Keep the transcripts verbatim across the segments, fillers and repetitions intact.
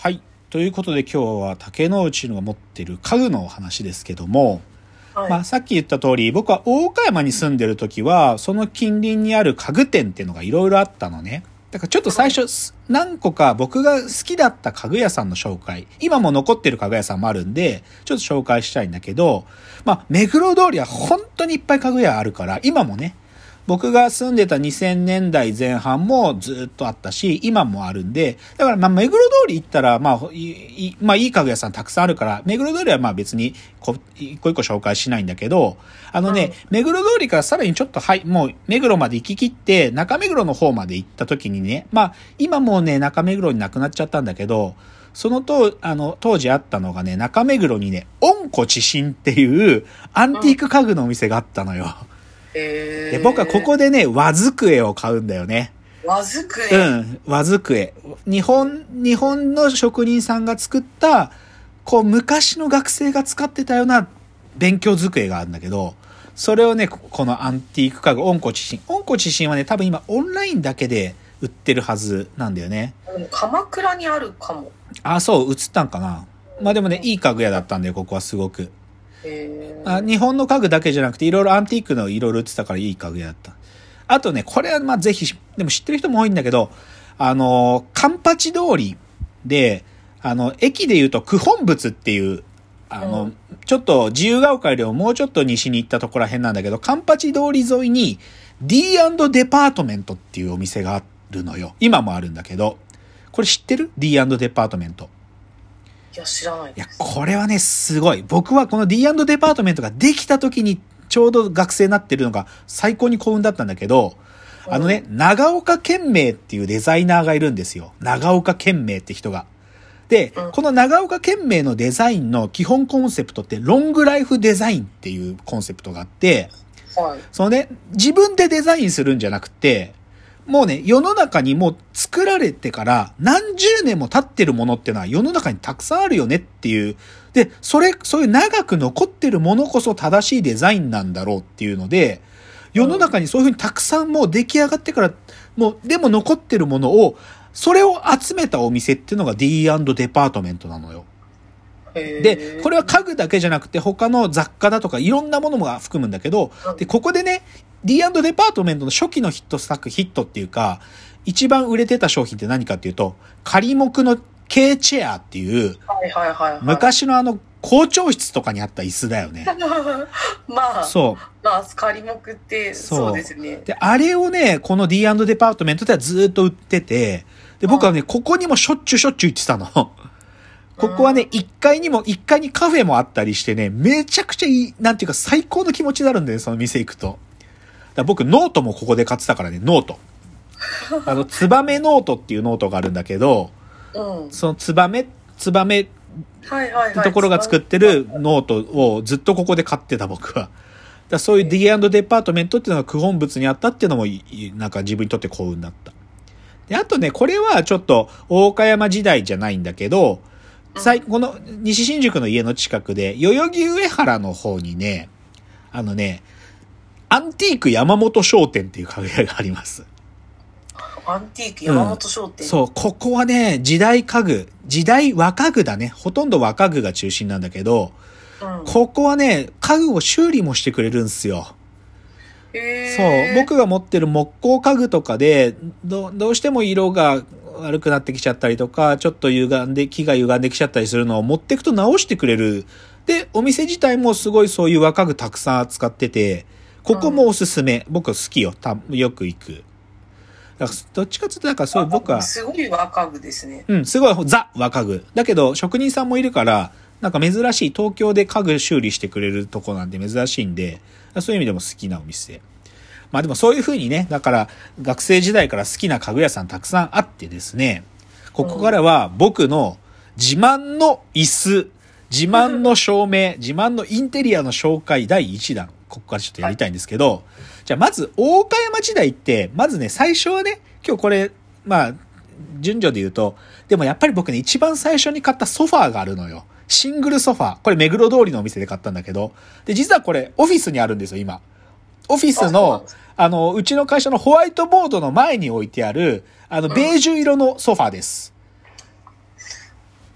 はい。ということで今日は竹之内のが持ってる家具の話ですけども、はい、まあさっき言った通り、僕は大岡山に住んでる時は、その近隣にある家具店っていうのがいろいろあったのね。だからちょっと最初、はい、何個か僕が好きだった家具屋さんの紹介、今も残ってる家具屋さんもあるんで、ちょっと紹介したいんだけど、まあ目黒通りは本当にいっぱい家具屋あるから、今もね、僕が住んでたにせんねんだいぜん半もずっとあったし、今もあるんで、だからまあ目黒通り行ったら、まあ、いい、まあいい家具屋さんたくさんあるから、目黒通りはまあ別にこ一個一個紹介しないんだけど、あのね、うん、目黒通りからさらにちょっとはい、もう目黒まで行き切って、中目黒の方まで行った時にね、まあ今もうね、中目黒になくなっちゃったんだけど、そのと、あの、当時あったのがね、中目黒にね、温故知新っていうアンティーク家具のお店があったのよ。うんで僕はここでね、和机を買うんだよね。 和机うん、和机。日本、日本の職人さんが作った、こう、昔の学生が使ってたような勉強机があるんだけど、それをね、このアンティーク家具、温故知新。温故知新はね、多分今オンラインだけで売ってるはずなんだよね。 鎌倉にあるかも。 あ、そう、映ったんかな。まあでもね、いい家具屋だったんだよ、ここはすごく。あ日本の家具だけじゃなくていろいろアンティークのいろいろ売ってたからいい家具屋だった。あとね、これはまあぜひ、でも知ってる人も多いんだけど、あの、カンパチ通りで、あの、駅で言うと九本仏っていう、あの、うん、ちょっと自由が丘よりももうちょっと西に行ったところら辺なんだけど、カンパチ通り沿いに ディーアンド デパートメントっていうお店があるのよ。今もあるんだけど、これ知ってる？ ディーアンド デパートメント。 いや、知らないです。 いや、これはね、すごい。僕はこの ディーアンド デパートメントができた時にちょうど学生になってるのが最高に幸運だったんだけど、うん、あのね、長岡健明っていうデザイナーがいるんですよ。長岡健明って人が。で、うん、この長岡健明のデザインの基本コンセプトってロングライフデザインっていうコンセプトがあって、はい、そのね、自分でデザインするんじゃなくて、もうね、世の中にもう作られてから何十年も経ってるものっていうのは世の中にたくさんあるよねっていう。で、それ、そういう長く残ってるものこそ正しいデザインなんだろうっていうので、世の中にそういうふうにたくさんもう出来上がってから、もう、でも残ってるものを、それを集めたお店っていうのが ディーアンド デパートメントなのよ。で、これは家具だけじゃなくて他の雑貨だとかいろんなものも含むんだけど、で、ここでね、ディーアンド デパートメントの初期のヒット作、ヒットっていうか、一番売れてた商品って何かっていうと、仮木の軽チェアっていう、 はいはいはいはい、 昔のあの、校長室とかにあった椅子だよね。 まあ、 そう。 まあ、仮木ってそうですね。 で、あれをね、この ディーアンド デパートメントではずっと売ってて、で、僕はね、ここにもしょっちゅうしょっちゅう行ってたの。ここはね、いっかいにも、いっかいにカフェもあったりしてね、めちゃくちゃいい、なんていうか最高の気持ちになるんだよ、その店行くと。だ僕、ノートもここで買ってたからね、ノート。あの、ツバメノートっていうノートがあるんだけど、うん、そのツバメ、ツバメってところが作ってるノートをずっとここで買ってた僕は。だそういう ディーアンド デパートメントっていうのが九本仏にあったっていうのも、なんか自分にとって幸運だった。で、あとね、これはちょっと大岡山時代じゃないんだけど、最この西新宿の家の近くで代々木上原の方にね、あのね、アンティーク山本商店っていう家具屋があります。 アンティーク山本商店、 うん、そう、ここはね、時代家具、時代和家具だね。ほとんど和家具が中心なんだけど、うん、ここはね、家具を修理もしてくれるんですよ。 へそう、僕が持ってる木工家具とかで、ど、どうしても色が悪くなってきちゃったりとか、ちょっと歪んで、木が歪んできちゃったりするのを持っていくと直してくれる。で、お店自体もすごいそういう和家具たくさん扱ってて、ここもおすすめ。うん、僕好きよ。たよく行く。だからどっちかっていうと、だからそういう僕は。 すごい和家具ですね。 うん、すごいザ和家具。だけど、職人さんもいるから、なんか珍しい、東京で家具修理してくれるとこなんで珍しいんで、そういう意味でも好きなお店。まあでもそういう風にね、だから学生時代から好きな家具屋さんたくさんあってですね、ここからは僕の自慢の椅子、自慢の照明、自慢のインテリアの紹介だいいちだん、ここからちょっとやりたいんですけど、はい、じゃあまず大岡山時代って、まずね、最初はね、今日これ、まあ、順序で言うと、でもやっぱり僕ね、一番最初に買ったソファーがあるのよ。シングルソファー。これ目黒通りのお店で買ったんだけど、で、実はこれオフィスにあるんですよ、今。オフィスの、あの、うちの会社のホワイトボードの前に置いてある、あの、ベージュ色のソファーです。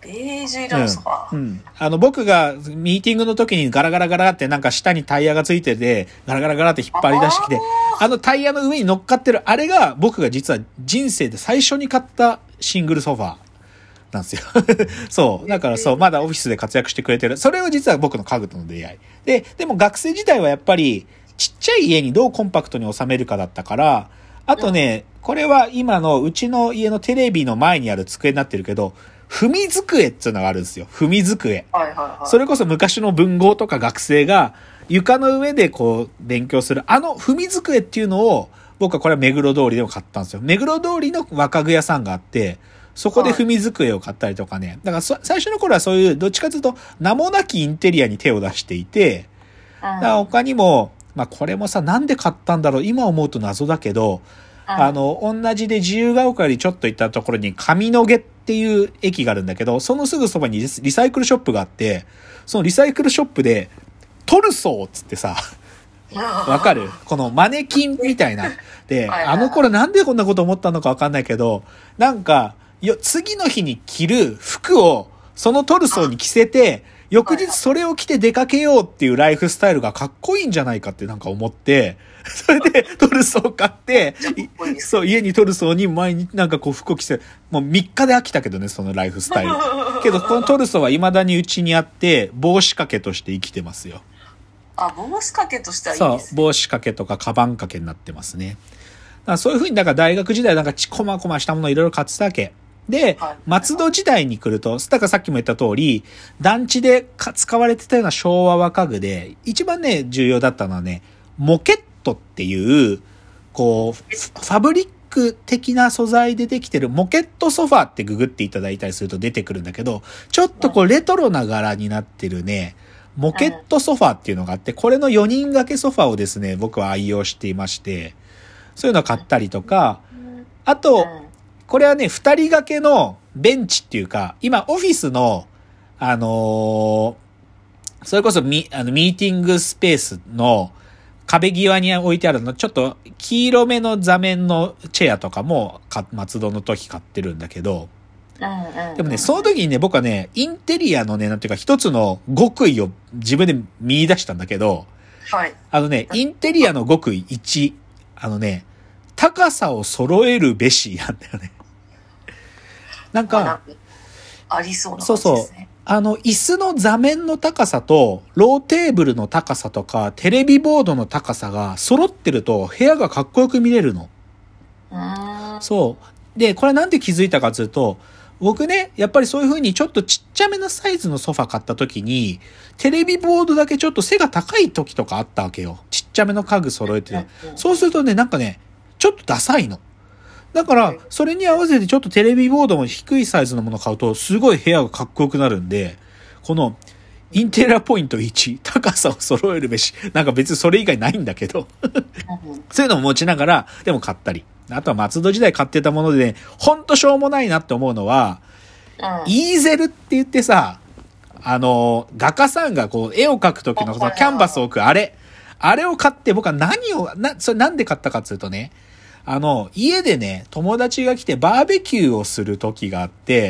ベージュ色のソファー。 うん。うん。あの、僕がミーティングの時にガラガラガラってなんか下にタイヤがついてて、ガラガラガラって引っ張り出してきて、あ, あのタイヤの上に乗っかってるあれが僕が実は人生で最初に買ったシングルソファーなんですよ。そう。だからそう、まだオフィスで活躍してくれてる。それを実は僕の家具との出会い。で、でも学生時代はやっぱりちっちゃい家にどうコンパクトに収めるかだったから、あとね、これは今のうちの家のテレビの前にある机になってるけど、踏み机っていうのがあるんですよ。踏み机。 はいはいはい。 それこそ昔の文豪とか学生が床の上でこう勉強する、あの踏み机っていうのを僕はこれは目黒通りでも買ったんですよ。目黒通りの若具屋さんがあって、そこで踏み机を買ったりとかね。だからそ最初の頃はそういうどっちかというと名もなきインテリアに手を出していて、だから他にも、まあこれもさ、なんで買ったんだろう、今思うと謎だけど、あの、同じで自由が丘よりちょっと行ったところに上野毛っていう駅があるんだけど、そのすぐそばにリサイクルショップがあって、そのリサイクルショップで、トルソーっつってさ、わかる？このマネキンみたいな。で、あの頃なんでこんなこと思ったのかわかんないけど、なんか、よ、次の日に着る服をそのトルソーに着せて、翌日それを着て出かけようっていうライフスタイルがかっこいいんじゃないかってなんか思って、それでトルソー買って、そう、家にトルソーに毎日なんかこう服を着せ、もうみっかで飽きたけどね、そのライフスタイル。けどこのトルソーは未だにうちにあって、帽子掛けとして生きてますよ。 あ、帽子掛けとしてはいいですね。 そう、帽子掛けとかカバン掛けになってますね。だからそういう風に、だから大学時代なんかちこまこましたものいろいろ買ってたわけ。で、松戸時代に来ると、だからさっきも言った通り、団地で使われてたような昭和和家具で、一番ね、重要だったのはね、モケットっていう、こう、ファブリック的な素材でできてるモケットソファーってググっていただいたりすると出てくるんだけど、ちょっとこうレトロな柄になってるね、モケットソファーっていうのがあって、これのよにん掛けソファーをですね、僕は愛用していまして、そういうのを買ったりとか、あと、これはね、二人掛けのベンチっていうか、今オフィスの、あのー、それこそミ、あの、ミーティングスペースの壁際に置いてあるの、ちょっと黄色めの座面のチェアとかも、松戸の時買ってるんだけど、でもね、その時にね、僕はね、インテリアのね、なんていうか一つの極意を自分で見出したんだけど、 はい。 あのね、インテリアの極意いち、あのね、高さを揃えるべしなんだよね。なんか、 ありそうな感じですね。そうそう。 あの、椅子の座面の高さと、ローテーブルの高さとか、テレビボードの高さが揃ってると、部屋がかっこよく見れるの。 うーん。 そう。で、これなんで気づいたかというと、僕ね、やっぱりそういう風にちょっとちっちゃめなサイズのソファ買った時に、テレビボードだけちょっと背が高い時とかあったわけよ。ちっちゃめの家具揃えてる。そうするとね、なんかね、ちょっとダサいの。だから、それに合わせてちょっとテレビボードも低いサイズのものを買うと、すごい部屋がかっこよくなるんで、この、インテリアポイントいち、高さを揃えるべし。なんか別にそれ以外ないんだけど。そういうのも持ちながら、でも買ったり。あとは松戸時代買ってたもので、ね、ほんとしょうもないなって思うのは、うん、イーゼルって言ってさ、あの、画家さんがこう、絵を描くときのそのキャンバスを置く、あれ。あれを買って僕は何を、な、それなんで買ったかっていうとね、あの、家でね、友達が来てバーベキューをする時があって、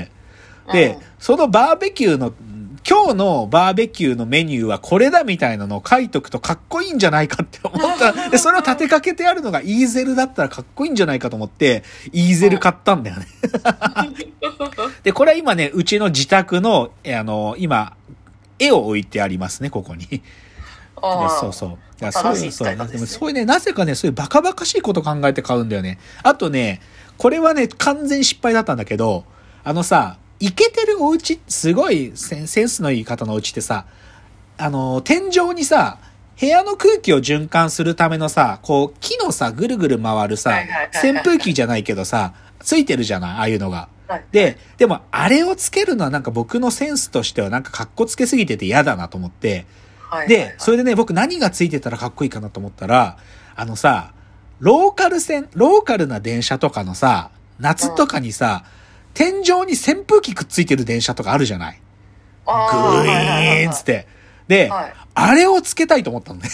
で、うん、そのバーベキューの、今日のバーベキューのメニューはこれだみたいなのを書いとくとかっこいいんじゃないかって思った。で、それを立てかけてあるのがイーゼルだったらかっこいいんじゃないかと思って、イーゼル買ったんだよね。で、これは今ね、うちの自宅の、あの、今、絵を置いてありますね、ここに。そうそう。いやそういう、そう、でもそういうね、なぜかね、そういうバカバカしいこと考えて買うんだよね。あとね、これはね、完全失敗だったんだけど、あのさ、イケてるお家、すごいセンスのいい方のお家ってさ、あの、天井にさ、部屋の空気を循環するためのさ、こう、木のさ、ぐるぐる回るさ、扇風機じゃないけどさ、ついてるじゃない、ああいうのが。で、でも、あれをつけるのはなんか僕のセンスとしてはなんか格好つけすぎてて嫌だなと思って、で、それでね、僕何がついてたらかっこいいかなと思ったら、あのさ、ローカル線、ローカルな電車とかのさ、夏とかにさ、天井に扇風機くっついてる電車とかあるじゃない。グイーンつって。で、はい、あれをつけたいと思ったのね。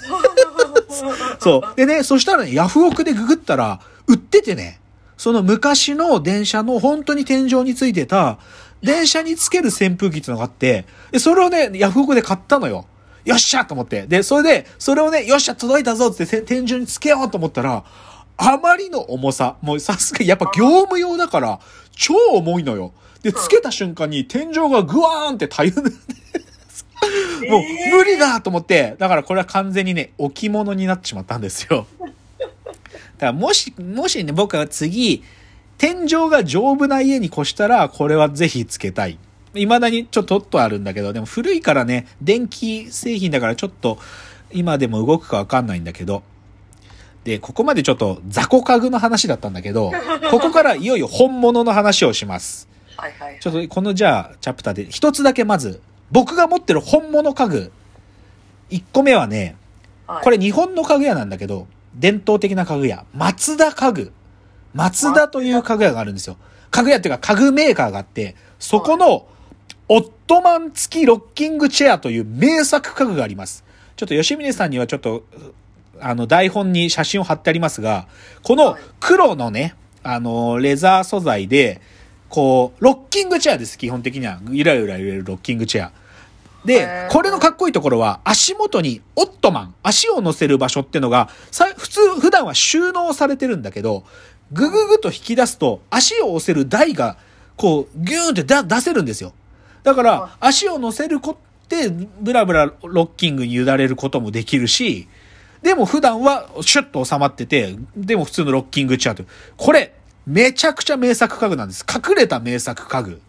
そう。でね、そしたらね、ヤフオクでググったら、売っててね、その昔の電車の本当に天井についてた、 電車につける扇風機っていうのがあって、で、それをね、ヤフオクで買ったのよ。よっしゃと思って。で、それで、それをね、よっしゃ届いたぞって天井につけようと思ったら、あまりの重さ、もうさすがにやっぱ業務用だから、超重いのよ。で、つけた瞬間に天井がグワーンって大変で、もう無理だと思って、だからこれは完全にね、置物になってしまったんですよ。だからもし、もしね、僕は次、天井が丈夫な家に越したら、これはぜひつけたい。未だにちょっとっとあるんだけど、でも古いからね、電気製品だからちょっと今でも動くかわかんないんだけど、で、ここまでちょっと雑魚家具の話だったんだけど、ここからいよいよ本物の話をします。 はいはいはい、 ちょっとこのじゃあ、チャプターで一つだけまず、僕が持ってる本物家具。一個目はね、はい、これ日本の家具屋なんだけど、伝統的な家具屋、松田家具。松田という家具屋があるんですよ。家具屋っていうか家具メーカーがあって、そこのオットマン付きロッキングチェアという名作家具があります。ちょっと吉峰さんにはちょっと、あの台本に写真を貼ってありますが、この黒のね、あの、レザー素材で、こう、ロッキングチェアです、基本的には。ゆらゆら揺れるロッキングチェア。で、これのかっこいいところは、足元にオットマン、足を乗せる場所ってのが、さ、普通、普段は収納されてるんだけど、ぐぐぐと引き出すと、足を押せる台が、こう、ギューンってだ出せるんですよ。だから、足を乗せるこって、ブラブラロッキングに委ねることもできるし、でも普段はシュッと収まってて、でも普通のロッキングチェアという。これ、めちゃくちゃ名作家具なんです。隠れた名作家具。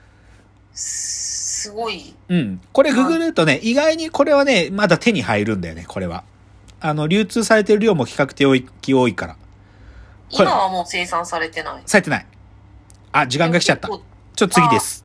すごい。 うん。これググるとね、意外にこれはね、まだ手に入るんだよね、これは。あの、流通されてる量も比較的多いから。 今はもう生産されてない。 されてない。あ、時間が来ちゃった。ちょっと次です。